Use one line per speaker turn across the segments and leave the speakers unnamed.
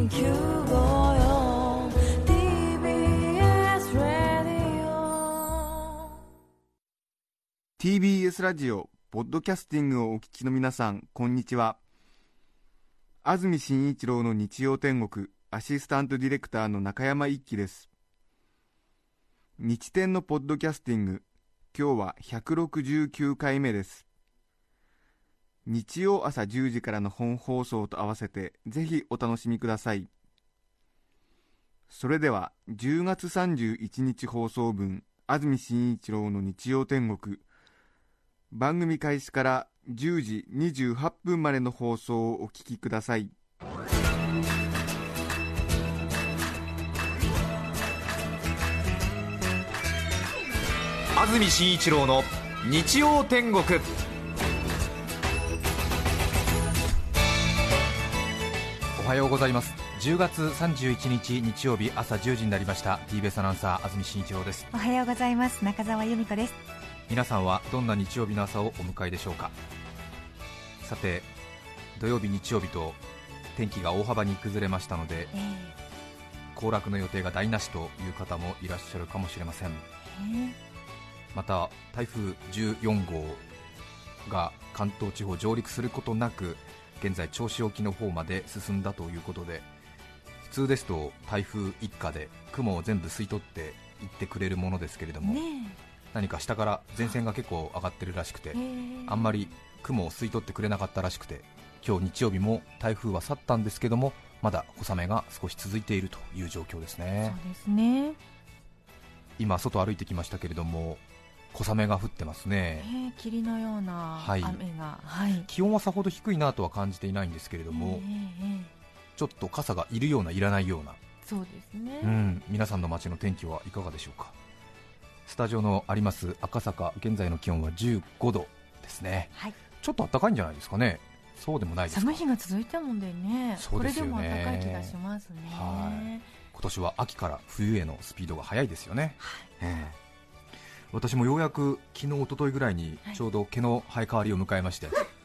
954 TBS ラジオ
TBS ラジオポッドキャスティングをお聞きの皆さん、こんにちは。安住紳一郎の日曜天国、アシスタントディレクターの中山一輝です。日天のポッドキャスティング、今日は169回目です。日曜朝10時からの本放送と合わせてぜひお楽しみください。それでは10月31日放送分、安住紳一郎の日曜天国、番組開始から10時28分までの放送をお聞きください。
安住紳一郎の日曜天国。おはようございます。10月31日日曜日朝10時になりました。 TBS アナウンサー安住紳一郎です。
おはようございます。中澤由美子です。
皆さんはどんな日曜日の朝をお迎えでしょうか。さて、土曜日日曜日と天気が大幅に崩れましたので、行楽の予定が台無しという方もいらっしゃるかもしれません。また台風14号が関東地方上陸することなく、現在銚子沖の方まで進んだということで、普通ですと台風一過で雲を全部吸い取っていってくれるものですけれども、何か下から前線が結構上がってるらしくて、あんまり雲を吸い取ってくれなかったらしくて、今日日曜日も台風は去ったんですけども、まだ小雨が少し続いているという状況ですね。
そうですね。
今外歩いてきましたけれども、小雨が降ってますね。
霧のような雨が、
気温はさほど低いなとは感じていないんですけれども、ちょっと傘がいるようないらないような、
そうですね。
皆さんの街の天気はいかがでしょうか。スタジオのあります赤坂、現在の気温は15度ですね。ちょっと暖かいんじゃないですかね。そうでもないですか。
寒い日が続いたもんでね。
そうですよね。
これでも暖かい気がしますね。
今年は秋から冬へのスピードが速いですよね。私もようやく昨日一昨日ぐらいにちょうど毛の生え変わりを迎えまして、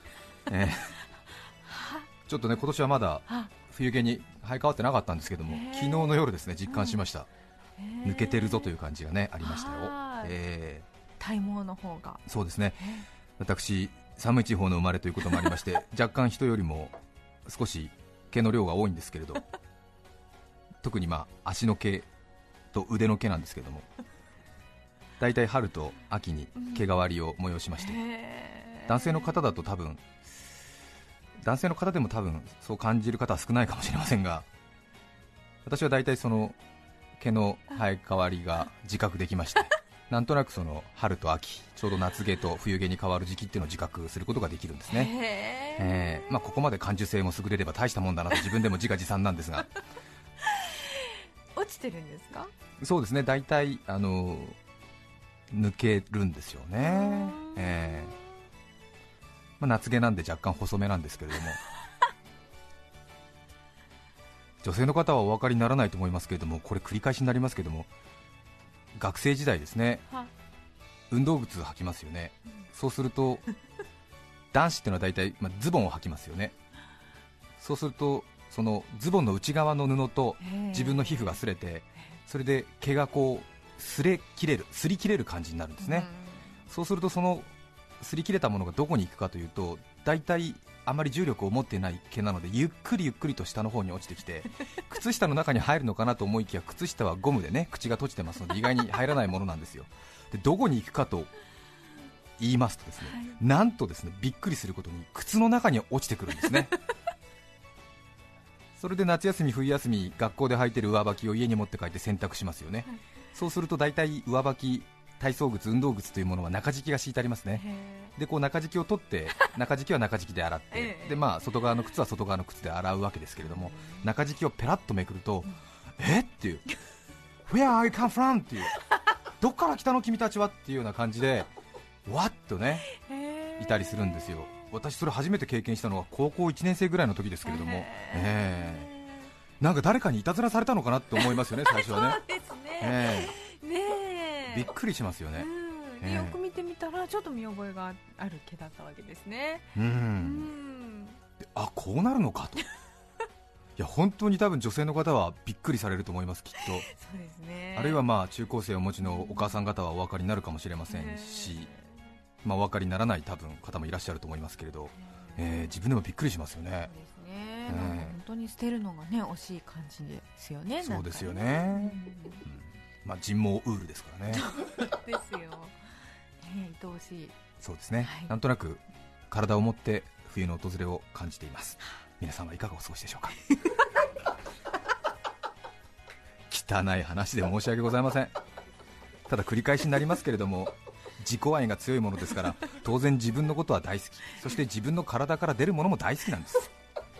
ちょっとね、今年はまだ冬毛に生え変わってなかったんですけども、昨日の夜ですね、実感しました。抜けてるぞという感じがね、ありましたよ。
体毛の方が。
そうですね。私寒い地方の生まれということもありまして若干人よりも少し毛の量が多いんですけれど、特に足の毛と腕の毛なんですけども、だいたい春と秋に毛変わりを催しまして、男性の方でも多分そう感じる方は少ないかもしれませんが、私はだいたいその毛の生え変わりが自覚できましてなんとなくその春と秋、ちょうど夏毛と冬毛に変わる時期っていうのを自覚することができるんですね。ここまで感受性も優れれば大したもんだなと自分でも自画自賛なんですが
落ちてるんですか。
そうですね、だいたい抜けるんですよね。夏毛なんで若干細めなんですけれども女性の方はお分かりにならないと思いますけれども、これ繰り返しになりますけれども、学生時代ですね、運動靴履きますよね。そうすると男子っていうのは大体、ズボンを履きますよね。そうするとそのズボンの内側の布と自分の皮膚が擦れて、それで毛がこう擦り切れる感じになるんですね。そうするとその擦り切れたものがどこに行くかというと、大体あまり重力を持っていない毛なのでゆっくりと下の方に落ちてきて靴下の中に入るのかなと思いきや、靴下はゴムでね、口が閉じてますので意外に入らないものなんですよ。でどこに行くかと言いますとですね、なんとですね、びっくりすることに靴の中に落ちてくるんですねそれで夏休み冬休み学校で履いてる上履きを家に持って帰って洗濯しますよね。そうすると大体上履き、体操靴、運動靴というものは中敷きが敷いてありますね。でこう中敷きを取って中敷きは中敷きで洗ってで、外側の靴は外側の靴で洗うわけですけれども、中敷きをペラッとめくると、っていう Where are you come from? っていうどっから来たの君たちはっていうような感じでわっとねいたりするんですよ。私それ初めて経験したのは高校1年生ぐらいの時ですけれども、なんか誰かにいたずらされたのかなって思いますよね、最初はね。
そうですね。
びっくりしますよね。
よく見てみたらちょっと見覚えがある毛だったわけですね。
でこうなるのかといや本当に多分女性の方はびっくりされると思います、きっ
そうですね。
と。あるいはまあ中高生をお持ちのお母さん方はお分かりになるかもしれませんし、まあ、お分かりにならない多分方もいらっしゃると思いますけれど、自分でもびっくりしますよね。
そうですね。なんか本当に捨てるのがね惜しい感じですよね。
そうですよ
なん
ね
か、
まあ、人毛ウールですからね。
ですよ。愛おしい。
そうですね、
はい、
なんとなく体を持って冬の訪れを感じています。皆さんはいかがお過ごしでしょうか。汚い話で申し訳ございません。ただ繰り返しになりますけれども、自己愛が強いものですから当然自分のことは大好き、そして自分の体から出るものも大好きなんです。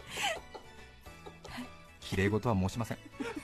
綺麗事は申しません。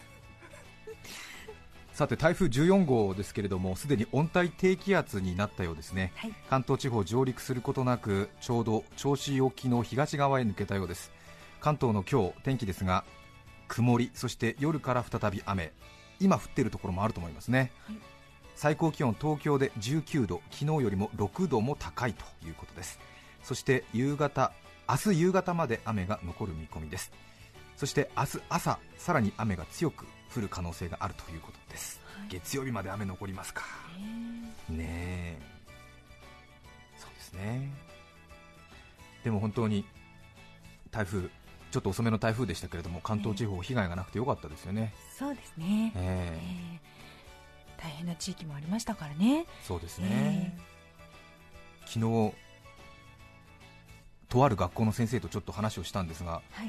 さて台風14号ですけれども、すでに温帯低気圧になったようですね、
はい、
関東地方上陸することなくちょうど銚子沖の東側へ抜けたようです。関東の今日天気ですが、曇り、そして夜から再び雨、今降っているところもあると思いますね、はい、最高気温東京で19度、昨日よりも6度も高いということです。そして明日夕方まで雨が残る見込みです。そして明日朝さらに雨が強く降る可能性があるということです、はい、月曜日まで雨残りますかねえ、そうですね。でも本当に台風、ちょっと遅めの台風でしたけれども関東地方被害がなくてよかったですよね。
そうですね、大変な地域もありましたからね。
そうですね、昨日とある学校の先生とちょっと話をしたんですが、はい、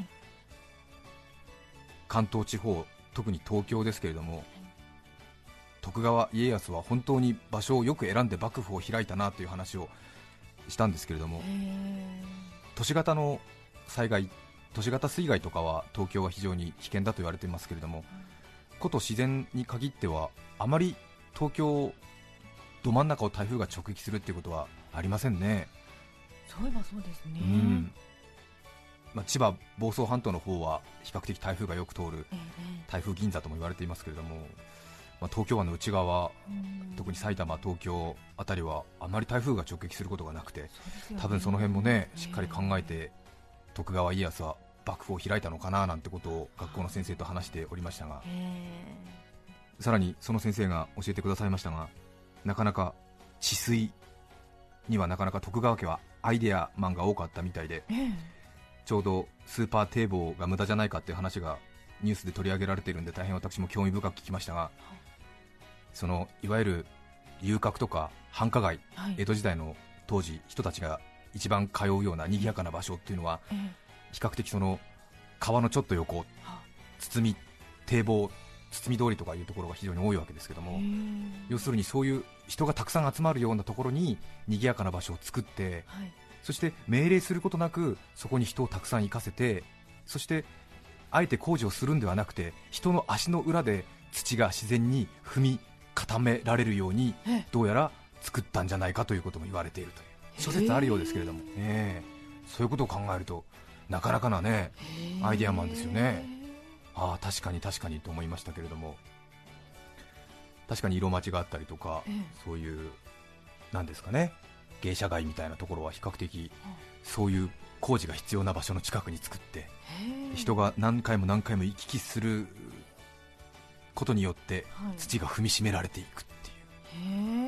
関東地方、特に東京ですけれども、はい、徳川家康は本当に場所をよく選んで幕府を開いたなという話をしたんですけれども、都市型の災害、都市型水害とかは東京は非常に危険だと言われていますけれども、こと自然に限ってはあまり東京ど真ん中を台風が直撃するっていうことはありませんね。
そういえばそうですね、
千葉房総半島の方は比較的台風がよく通る台風銀座とも言われていますけれども、東京湾の内側、特に埼玉、東京あたりはあまり台風が直撃することがなくて、多分その辺もね、しっかり考えて徳川家康は幕府を開いたのかななんてことを学校の先生と話しておりましたが、さらにその先生が教えてくださいましたが、なかなか治水にはなかなか徳川家はアイデアマンが多かったみたいで、ちょうどスーパー堤防が無駄じゃないかっていう話がニュースで取り上げられているので大変私も興味深く聞きましたが、そのいわゆる遊郭とか繁華街、江戸時代の当時人たちが一番通うような賑やかな場所っていうのは比較的その川のちょっと横、堤防、堤通りとかいうところが非常に多いわけですけども、要するにそういう人がたくさん集まるようなところに賑やかな場所を作って、そして命令することなくそこに人をたくさん行かせて、そしてあえて工事をするんではなくて人の足の裏で土が自然に踏み固められるようにどうやら作ったんじゃないかということも言われているという諸説あるようですけれども、そういうことを考えるとなかなかなねアイデアマンですよね。ああ確かに確かにと思いましたけれども、確かに色待ちがあったりとか、そういうなんですかね、芸者街みたいなところは比較的そういう工事が必要な場所の近くに作って、人が何回も何回も行き来することによって土が踏みしめられていくっていう、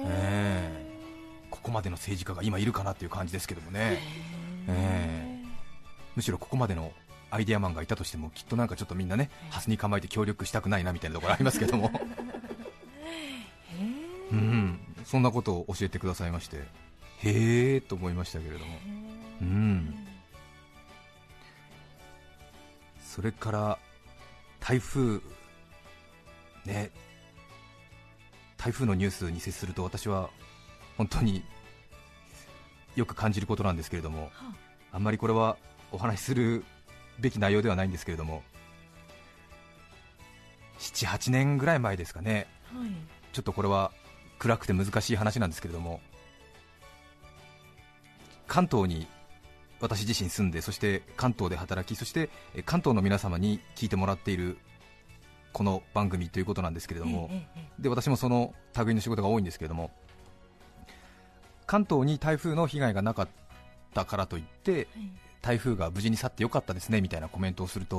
ここまでの政治家が今いるかなっていう感じですけどもね、むしろここまでのアイデアマンがいたとしてもきっとなんかちょっとみんなねハスに構えて協力したくないなみたいなところありますけどもそんなことを教えてくださいまして、へーと思いましたけれども、それから台風ね、台風のニュースに接すると私は本当によく感じることなんですけれども、あんまりこれはお話しするべき内容ではないんですけれども、7、8年ぐらい前ですかね、ちょっとこれは暗くて難しい話なんですけれども、関東に私自身住んで、そして関東で働き、そして関東の皆様に聞いてもらっているこの番組ということなんですけれども、で私もその類の仕事が多いんですけれども、関東に台風の被害がなかったからといって、台風が無事に去ってよかったですねみたいなコメントをすると、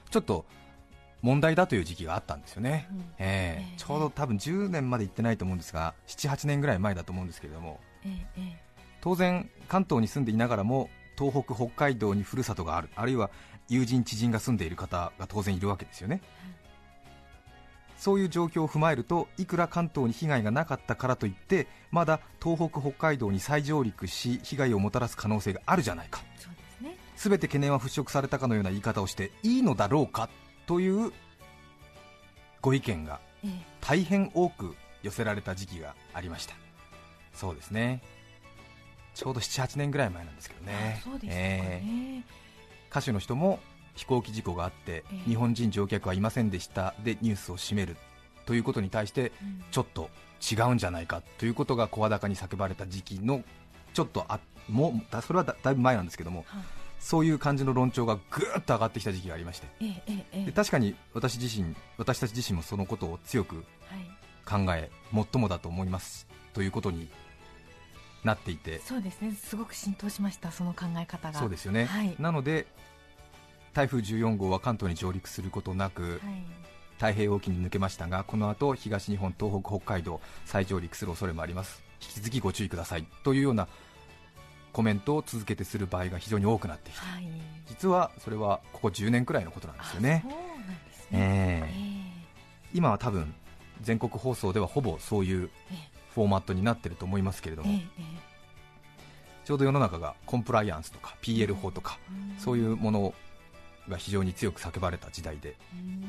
ちょっと問題だという時期があったんですよね、ちょうど多分10年まで行ってないと思うんですが、7、8年ぐらい前だと思うんですけれども、当然関東に住んでいながらも東北、北海道にふるさとがある、あるいは友人、知人が住んでいる方が当然いるわけですよね。そういう状況を踏まえると、いくら関東に被害がなかったからといってまだ東北、北海道に再上陸し被害をもたらす可能性があるじゃないか、
そうですね。
全て懸念は払拭されたかのような言い方をしていいのだろうかというご意見が大変多く寄せられた時期がありました。そうですね、ちょうど7、8年ぐらい前なんですけどね。
そうですかね。
歌手の人も飛行機事故があって、日本人乗客はいませんでしたでニュースを締めるということに対して、ちょっと違うんじゃないかということが声高に叫ばれた時期のちょっとそれはだいぶ前なんですけども、そういう感じの論調がぐーっと上がってきた時期がありまして、で確かに私たち自身もそのことを強く考え、もっともだと思いますということになっていて、
そうですね、すごく浸透しました、その考え方が。
そうですよね、なので台風14号は関東に上陸することなく、太平洋沖に抜けましたが、この後東日本、東北、北海道再上陸する恐れもあります、引き続きご注意くださいというようなコメントを続けてする場合が非常に多くなってきて、実はそれはここ10年くらいのことなんですよね。
そうなんですね。
今は多分全国放送ではほぼそういうフォーマットになっていると思いますけれども、ちょうど世の中がコンプライアンスとか PL 法とか、そういうものが非常に強く叫ばれた時代で、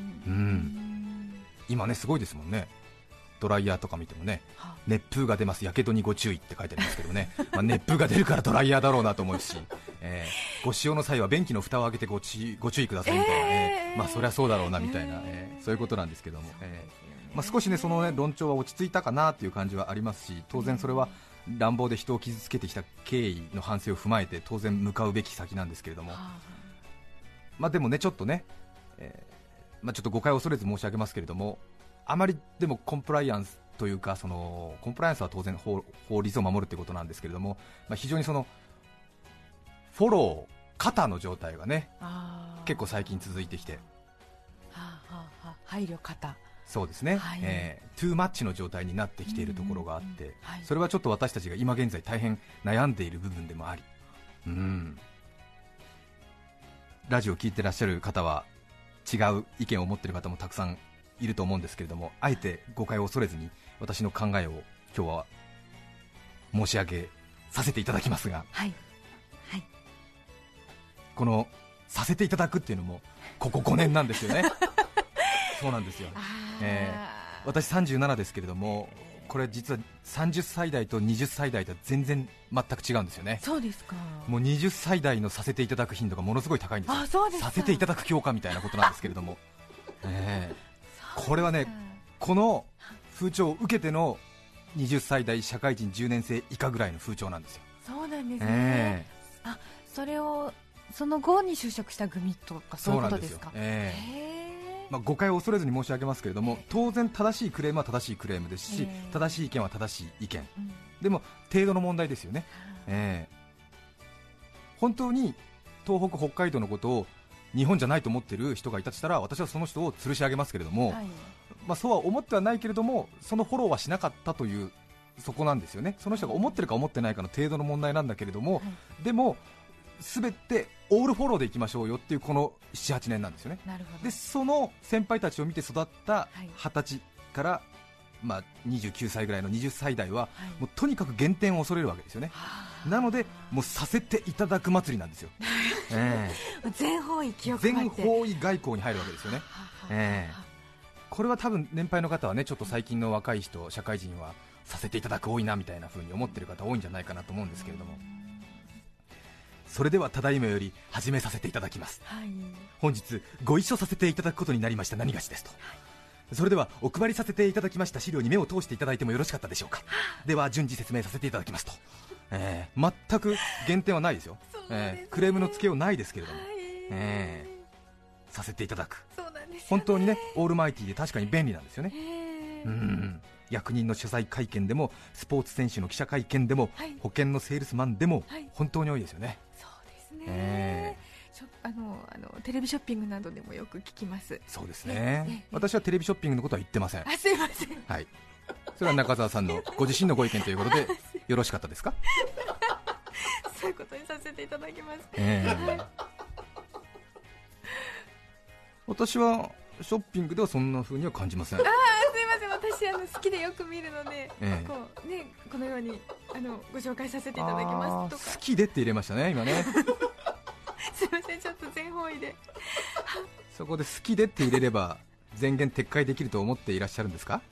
今ねすごいですもんね。ドライヤーとか見てもね、熱風が出ます、やけどにご注意って書いてありますけどね、熱風が出るからドライヤーだろうなと思うし、ご使用の際は便器の蓋を開けてご注意くださいみたいな、そりゃそうだろうなみたいな、そういうことなんですけども、少しねそのね論調は落ち着いたかなという感じはありますし、当然それは乱暴で人を傷つけてきた経緯の反省を踏まえて当然向かうべき先なんですけれども、でもねちょっとね、ちょっと誤解を恐れず申し上げますけれども、あまりでもコンプライアンスというか、そのコンプライアンスは当然 法律を守るということなんですけれども、非常にそのフォロー肩の状態がね結構最近続いてきて、
配慮肩、
そうですね、トゥーマッチの状態になってきているところがあって、それはちょっと私たちが今現在大変悩んでいる部分でもあり、ラジオを聞いてらっしゃる方は違う意見を持っている方もたくさんいると思うんですけれども、あえて誤解を恐れずに私の考えを今日は申し上げさせていただきますが、このさせていただくっていうのもここ5年なんですよねそうなんですよ、私37ですけれども、これ実は30歳代と20歳代とは全然全く違うんですよね。
そうですか。
もう20歳代のさせていただく頻度がものすごい高いんですよ。
そうですか。
させていただく教科みたいなことなんですけれども、これはね、この風潮を受けての20歳代社会人10年生以下ぐらいの風潮なんですよ。
そうなんですね、それをその後に就職した組とかそういうことですか。
誤解を恐れずに申し上げますけれども、当然正しいクレームは正しいクレームですし、正しい意見は正しい意見、でも程度の問題ですよね。本当に東北、北海道のことを日本じゃないと思っている人がいたとしたら、私はその人を吊るし上げますけれども、そうは思ってはないけれども、そのフォローはしなかったという、そこなんですよね。その人が思ってるか思ってないかの程度の問題なんだけれども、でも全てオールフォローでいきましょうよっていうこの 7,8 年なんですよね。でその先輩たちを見て育った20歳から、29歳ぐらいの20歳代は、もうとにかく減点を恐れるわけですよね。なのでもうさせていただく祭りなんですよ、
全方位気を
全方位外交に入るわけですよね。これは多分年配の方はね、ちょっと最近の若い人、社会人はさせていただく多いなみたいな風に思っている方多いんじゃないかなと思うんですけれども、それではただいまより始めさせていただきます、本日ご一緒させていただくことになりました何がしですと、それではお配りさせていただきました資料に目を通していただいてもよろしかったでしょうか。では順次説明させていただきますと、全く減点はないですよ、クレームのつけようないですけれども、させていただく、本当にねオールマイティーで確かに便利なんですよね。役人の謝罪会見でもスポーツ選手の記者会見でも、保険のセールスマンでも、本当に多いですよね。
そうですね、 テレビショッピングなどでもよく聞きます。
そうですね、私はテレビショッピングのことは言ってません。
すいません、
はい、それは中澤さんのご自身のご意見ということでよろしかったですか？
そういうことにさせていただきます。
私はショッピングではそんな風には感じません。
すいません、私好きでよく見るので、このようにご紹介させていただきますとか。
好きでって入れましたね今ね。
すいません、ちょっと全方位で。
そこで好きでって入れれば前言撤回できると思っていらっしゃるんですか？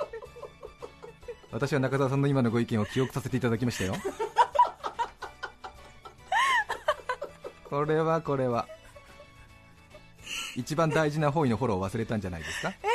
私は中澤さんの今のご意見を記憶させていただきましたよ。これは一番大事な方位のフォローを忘れたんじゃないですか？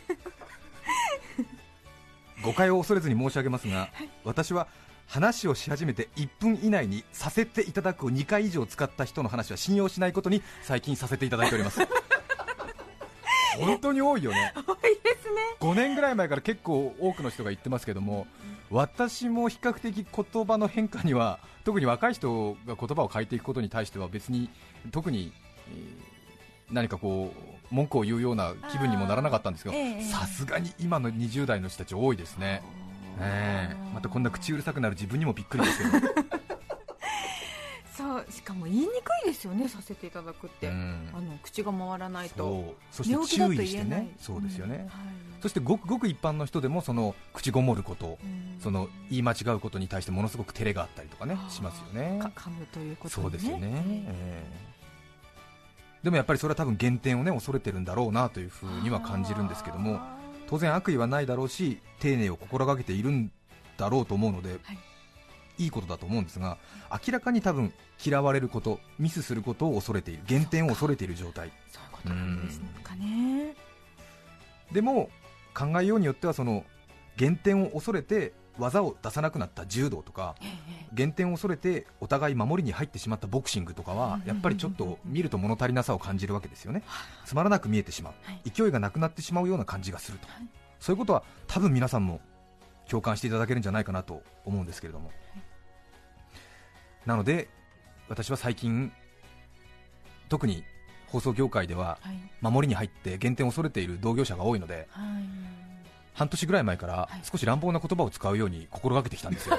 誤解を恐れずに申し上げますが、私は話をし始めて1分以内にさせていただくを2回以上使った人の話は信用しないことに最近させていただいております。本当に多いよね。
多いですね。
5年ぐらい前から結構多くの人が言ってますけども、私も比較的言葉の変化には、特に若い人が言葉を変えていくことに対しては別に特に、何かこう文句を言うような気分にもならなかったんですけど、さすがに今の20代の人たち多いですね。またこんな口うるさくなる自分にもびっくりですけど。
そう、しかも言いにくいですよね、させていただくって。口が回らないと。
そして注意してね。そうですよね。そしてごくごく一般の人でもその口ごもること、その言い間違うことに対してものすごく照れがあったりとかねしますよね。
噛むということね。
そうですよね。でもやっぱりそれは多分減点をね恐れてるんだろうなというふうには感じるんですけども、当然悪意はないだろうし丁寧を心がけているんだろうと思うので、いいことだと思うんですが、明らかに多分嫌われること、ミスすることを恐れている、減点を恐れている状態。
そういうことなんですかね。
でも考えようによってはその減点を恐れて技を出さなくなった柔道とか、減点を恐れてお互い守りに入ってしまったボクシングとかはやっぱりちょっと見ると物足りなさを感じるわけですよね。つまらなく見えてしまう、勢いがなくなってしまうような感じがすると、そういうことは多分皆さんも共感していただけるんじゃないかなと思うんですけれども、なので私は最近特に放送業界では守りに入って減点を恐れている同業者が多いので、半年ぐらい前から少し乱暴な言葉を使うように心がけてきたんですよ。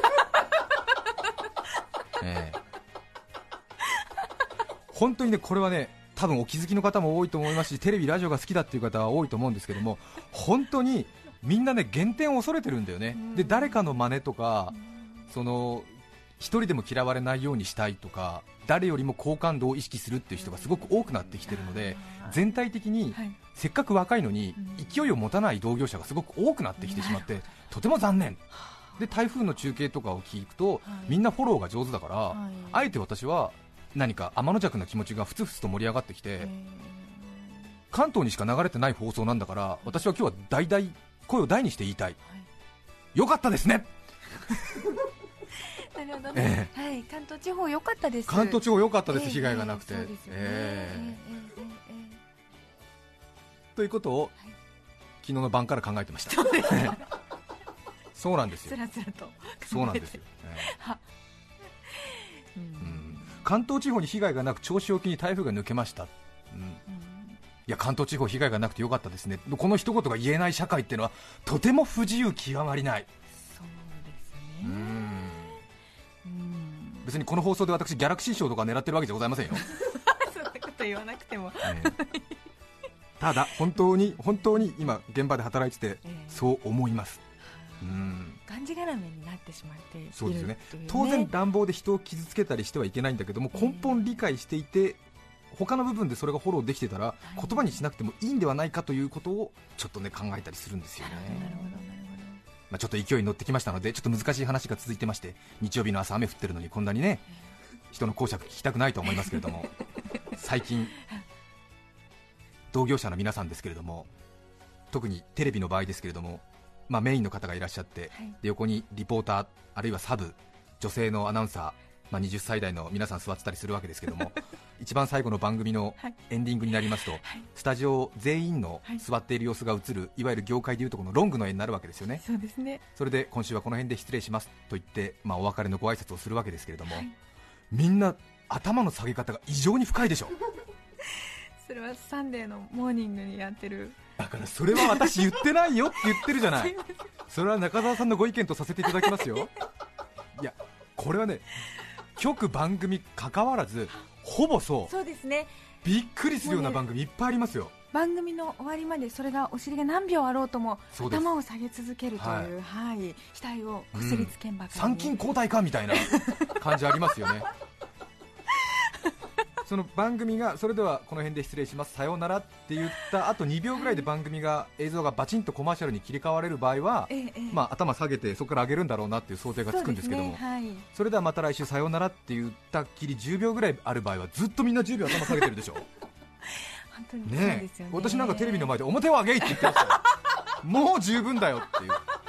本当にね、これはね多分お気づきの方も多いと思いますし、テレビラジオが好きだっていう方は多いと思うんですけども、本当にみんなね減点を恐れてるんだよね。で誰かの真似とか、その一人でも嫌われないようにしたいとか、誰よりも好感度を意識するっていう人がすごく多くなってきてるので、全体的にせっかく若いのに勢いを持たない同業者がすごく多くなってきてしまって、とても残念で、台風の中継とかを聞くとみんなフォローが上手だから、あえて私は何か天の弱な気持ちがふつふつと盛り上がってきて、関東にしか流れてない放送なんだから、私は今日は声を大にして言いたい、よかったですね。
なるほどね。関東地方良かったです。
関東地方良かったです、被害がなくて。ということを、昨日の晩から考えてました。そうなんですよ。
つらつらと。
そうなんですよ。関東地方に被害がなく銚子沖に台風が抜けました。いや関東地方被害がなくてよかったですね。この一言が言えない社会っていうのはとても不自由極まりない。
そうですね。
別にこの放送で私ギャラクシー賞とか狙ってるわけじゃございませんよ。
そんなこと言わなくても、
ただ本当に今現場で働いてて、そう思います。
がんじがらめになってしまっている。
そうですよね。当然乱暴で人を傷つけたりしてはいけないんだけども、根本理解していて他の部分でそれがフォローできてたら、言葉にしなくてもいいんではないかということをちょっとね考えたりするんですよね。
なるほど。
ちょっと勢いに乗ってきましたので、ちょっと難しい話が続いてまして、日曜日の朝雨降ってるのにこんなにね人の講釈聞きたくないと思いますけれども、最近同業者の皆さんですけれども、特にテレビの場合ですけれども、メインの方がいらっしゃって、で横にリポーターあるいはサブ、女性のアナウンサー、20歳代の皆さん座ってたりするわけですけども、一番最後の番組のエンディングになりますと、スタジオ全員の座っている様子が映る、いわゆる業界でいうとこのロングの絵になるわけですよね。
そうですね。
それで今週はこの辺で失礼しますと言って、お別れのご挨拶をするわけですけれども、みんな頭の下げ方が異常に深いでしょ。
それはサンデーのモーニングにやってる。
だからそれは私言ってないよって言ってるじゃない。それは中澤さんのご意見とさせていただきますよ。いやこれはね、局番組関わらずほぼ
そうですね。
びっくりするような番組いっぱいありますよ。
番組の終わりまでそれがお尻が何秒あろうとも
そうです
頭を下げ続けるという、はい額をこすりつけんばかりに、
参勤交代かみたいな感じありますよね。その番組がそれではこの辺で失礼しますさようならって言ったあと2秒ぐらいで番組が映像がバチンとコマーシャルに切り替われる場合は、まあ、頭下げてそこから上げるんだろうなっていう想定がつくんですけども、 それではまた来週さようならって言ったっきり10秒ぐらいある場合はずっとみんな10秒頭下げてるでしょ。
本当にそうですよね。
私なんかテレビの前で表を上げいって言ってましたよ。もう十分だよっていう、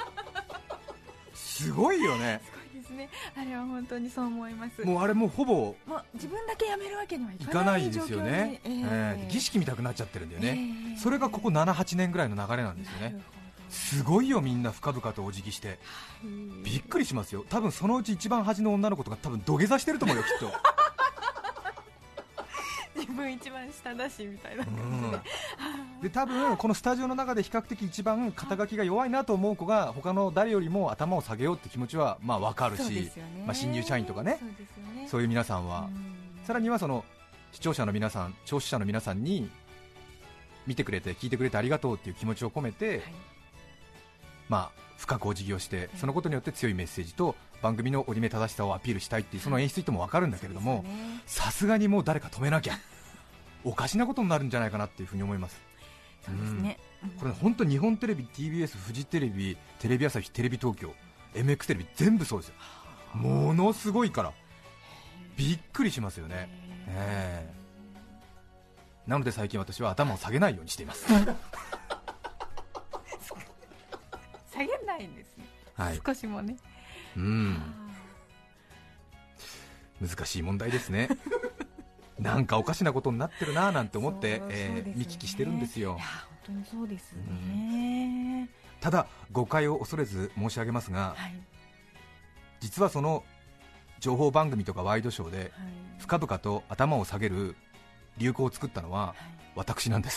すごいよね。
すごいですね。あれは本当にそう思います。
もうあれもうほぼ
もう自分だけやめるわけにはい
い
かな
かないいで
状況に
すよね、儀式みたくなっちゃってるんだよね、それがここ 7,8 年ぐらいの流れなんですよね。すごいよ、みんな深々とお辞儀してびっくりしますよ。多分そのうち一番端の女の子とか多分土下座してると思うよ、きっと。
自分一番下だしみたいな、
で多分このスタジオの中で比較的一番肩書きが弱いなと思う子が他の誰よりも頭を下げようって気持ちはまあ分かるし、まあ、新入社員とかね、そういう皆さんは、さらにはその視聴者の皆さん、聴取者の皆さんに見てくれて聞いてくれてありがとうっていう気持ちを込めて、まあ深くお辞儀をして、そのことによって強いメッセージと番組の折り目正しさをアピールしたいっていうその演出意図も分かるんだけれども、さすがにもう誰か止めなきゃおかしなことになるんじゃないかなっていうふうに思います。
そうですね、
これ本当に日本テレビ、TBS、フジテレビ、テレビ朝日、テレビ東京、MX テレビ全部そうですよ。ものすごいからびっくりしますよね。なので最近私は頭を下げないようにしています。
下げないんですね、はい、少しもね。
難しい問題ですね。なんかおかしなことになってるななんて思って、見聞きしてるんですよ。いや
本当にそうですね、
ただ誤解を恐れず申し上げますが、実はその情報番組とかワイドショーで深々と頭を下げる流行を作ったのは私なんです。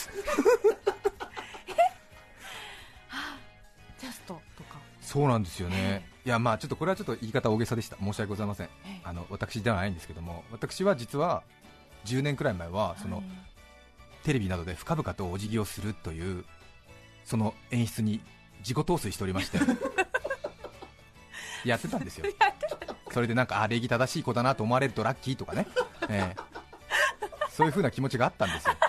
ジャストとか
そうなんですよね。いやまあちょっとこれはちょっと言い方大げさでした、申し訳ございません。私ではないんですけども、私は実は10年くらい前はその、テレビなどで深々とお辞儀をするというその演出に自己陶酔しておりましてやってたんですよ。それでなんか礼儀正しい子だなと思われるとラッキーとかね、そういう風な気持ちがあったんですよ、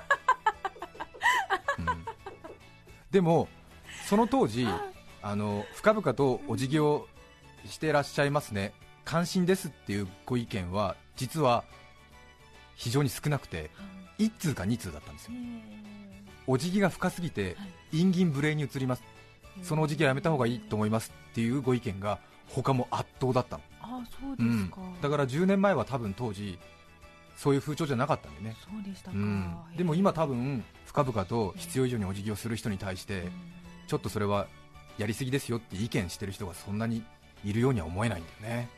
でもその当時深々とお辞儀をしてらっしゃいますね、関心ですっていうご意見は実は非常に少なくて1通か2通だったんですよ。お辞儀が深すぎて陰銀無礼に移ります、そのお辞儀はやめた方がいいと思いますっていうご意見が他も圧倒だったの。
そうですか、
だから10年前は多分当時そういう風潮じゃなかったんでね。
そうでしたか、
でも今多分深々と必要以上にお辞儀をする人に対してちょっとそれはやりすぎですよって意見してる人がそんなにいるようには思えないんだよね。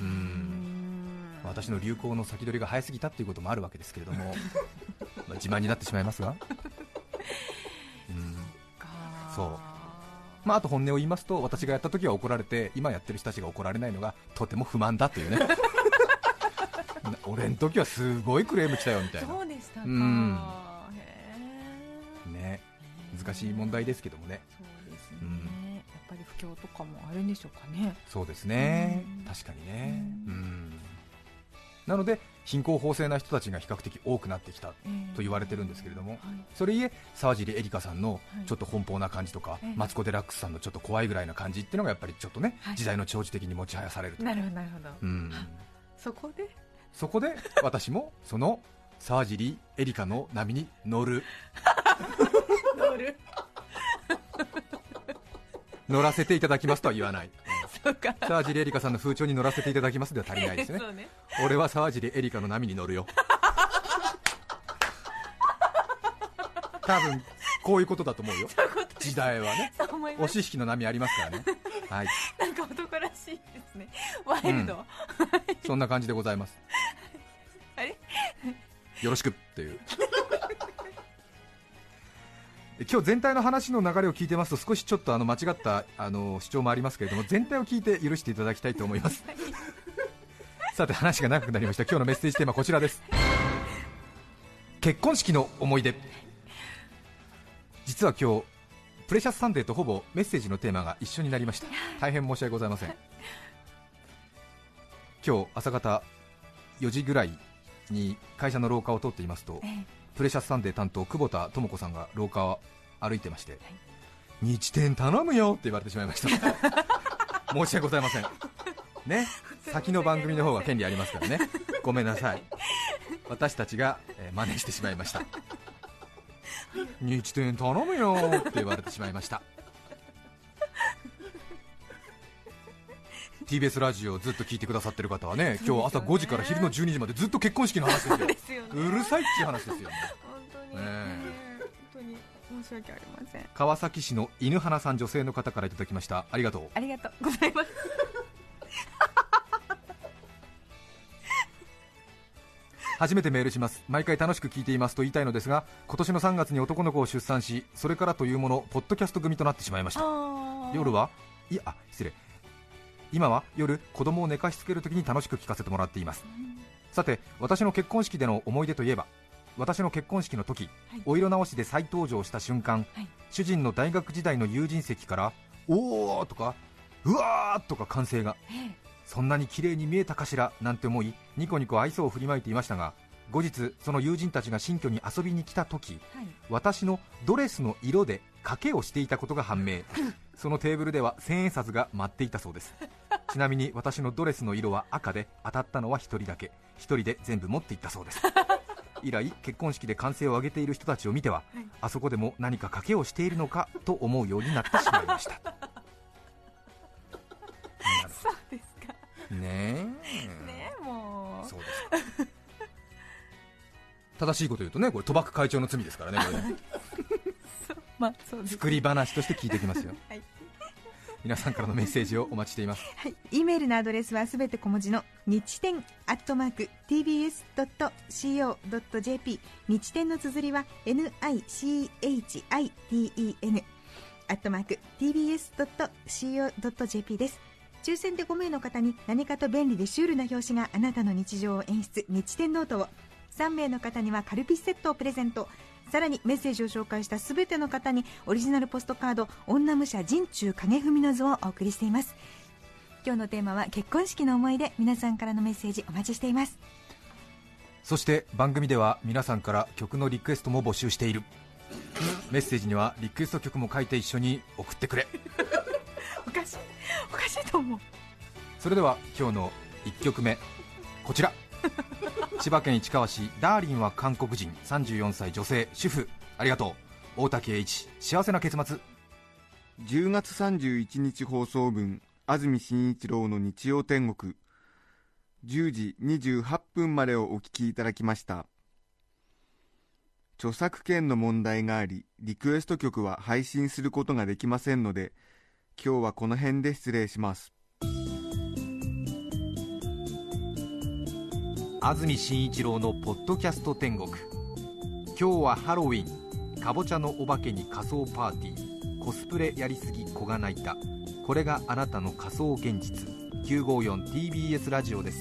私の流行の先取りが早すぎたっていうこともあるわけですけれども自慢になってしまいますが、そう、あと本音を言いますと、私がやった時は怒られて今やってる人たちが怒られないのがとても不満だというね。俺の時はすごいクレーム来たよみたいな。
そうでしたか、
ね、難しい問題ですけどもね。
そうですね、やっぱり不況とかもあるんでしょうかね。
そうですね、確かにね。なので貧困法制な人たちが比較的多くなってきたと言われてるんですけれども、それいえ沢尻エリカさんのちょっと奔放な感じとか、マツコ・デラックスさんのちょっと怖いぐらいな感じっていうのがやっぱりちょっとね、時代の潮地的に持ちはされると。
なるほどなるほど、そこで
私もその沢尻エリカの波に乗る乗らせていただきますとは言わない。沢尻エリカさんの風潮に乗らせていただきますでは足りないですね。俺は沢尻エリカの波に乗るよ。多分こういうことだと思うよ。時代はね、押し引きの波ありますからね。はい、
なんか男らしいですね、ワイルド、
そんな感じでございます。
あり
よろしくっていう今日全体の話の流れを聞いてますと少しちょっと間違った主張もありますけれども、全体を聞いて許していただきたいと思いますさて話が長くなりました。今日のメッセージテーマはこちらです。結婚式の思い出。実は今日プレシャスサンデーとほぼメッセージのテーマが一緒になりました。大変申し訳ございません。今日朝方4時ぐらいに会社の廊下を通っていますと、プレシャスサンデー担当久保田智子さんが廊下を歩いてまして、日天頼むよって言われてしまいました申し訳ございませんね、先の番組の方が権利ありますからね、ごめんなさい。私たちが真似してしまいました。日天頼むよって言われてしまいました。TBS ラジオをずっと聞いてくださってる方はね、今日朝5時から昼の12時までずっと結婚式の話ですようるさいっていう話ですよね。
本当に申し訳ありません。
川崎市の犬花さん、女性の方からいただきました。ありがとう。
ありがとうございます
初めてメールします。毎回楽しく聞いていますと言いたいのですが、今年の3月に男の子を出産し、それからというものポッドキャスト組となってしまいました。今は夜子供を寝かしつけるときに楽しく聞かせてもらっています。さて、私の結婚式での思い出といえば、私の結婚式の時、お色直しで再登場した瞬間、主人の大学時代の友人席からおーとかうわーとか歓声が、そんなに綺麗に見えたかしらなんて思い、ニコニコ愛想を振りまいていましたが、後日その友人たちが新居に遊びに来た時、私のドレスの色で賭けをしていたことが判明そのテーブルでは1000円札が舞っていたそうです。ちなみに私のドレスの色は赤で、当たったのは1人だけ、1人で全部持っていったそうです以来結婚式で歓声を上げている人たちを見ては、あそこでも何か賭けをしているのかと思うようになってしまいました
そうですか
ね
えもう
そうですか正しいこと言うとね、これ賭博会長の罪ですからね、これね
そうです。
作り話として聞いていきますよ皆さんからのメッセージをお待ちしています。
E メールのアドレスはすべて小文字の日天@tbs.co.jp、 日天の綴りは NICHITEN @tbs.co.jp です。抽選で5名の方に何かと便利でシュールな表紙があなたの日常を演出、日天ノートを、3名の方にはカルピスセットをプレゼント。さらにメッセージを紹介したすべての方にオリジナルポストカード、女武者陣中影文の図をお送りしています。今日のテーマは結婚式の思い出。皆さんからのメッセージお待ちしています。
そして番組では皆さんから曲のリクエストも募集している。メッセージにはリクエスト曲も書いて一緒に送ってくれ
おかしいと思う。
それでは今日の1曲目、こちら千葉県市川市、ダーリンは韓国人、34歳女性主婦。ありがとう。大竹栄一、幸せな結末。
10月31日放送分、安住紳一郎の日曜天国、10時28分までをお聞きいただきました。著作権の問題があり、リクエスト曲は配信することができませんので、今日はこの辺で失礼します。
安住紳一郎のポッドキャスト天国。今日はハロウィン、かぼちゃのお化けに仮装パーティー、コスプレやりすぎ子が泣いた、これがあなたの仮想現実。 954TBS ラジオです。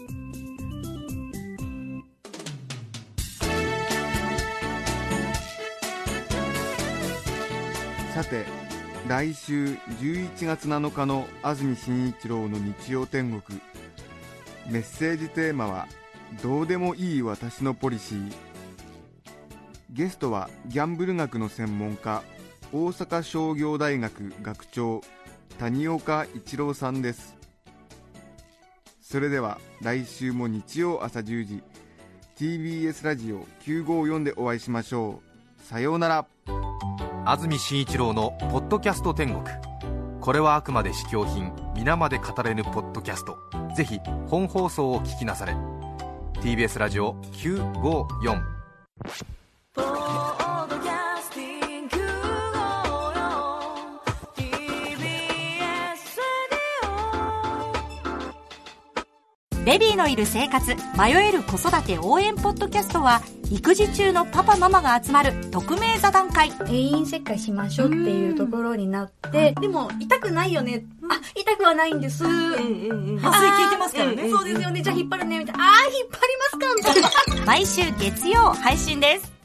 さて、来週11月7日の安住紳一郎の日曜天国、メッセージテーマはどうでもいい私のポリシー。ゲストはギャンブル学の専門家、大阪商業大学学長谷岡一郎さんです。それでは来週も日曜朝10時 TBS ラジオ954でお会いしましょう。さようなら。
安住紳一郎のポッドキャスト天国。これはあくまで試供品、皆まで語れぬポッドキャスト。ぜひ本放送を聞きなされ。 TBS ラジオ954。
ベビーのいる生活迷える子育て応援ポッドキャストは、育児中のパパママが集まる匿名座談会。
定員切開しましょうっていうところになって、でも痛くないよね、あ、痛くはないんです、麻酔効いてますからね、そうですよね、じゃあ引っ張るねみたいな、引っ張りますかみたいな
毎週月曜配信です。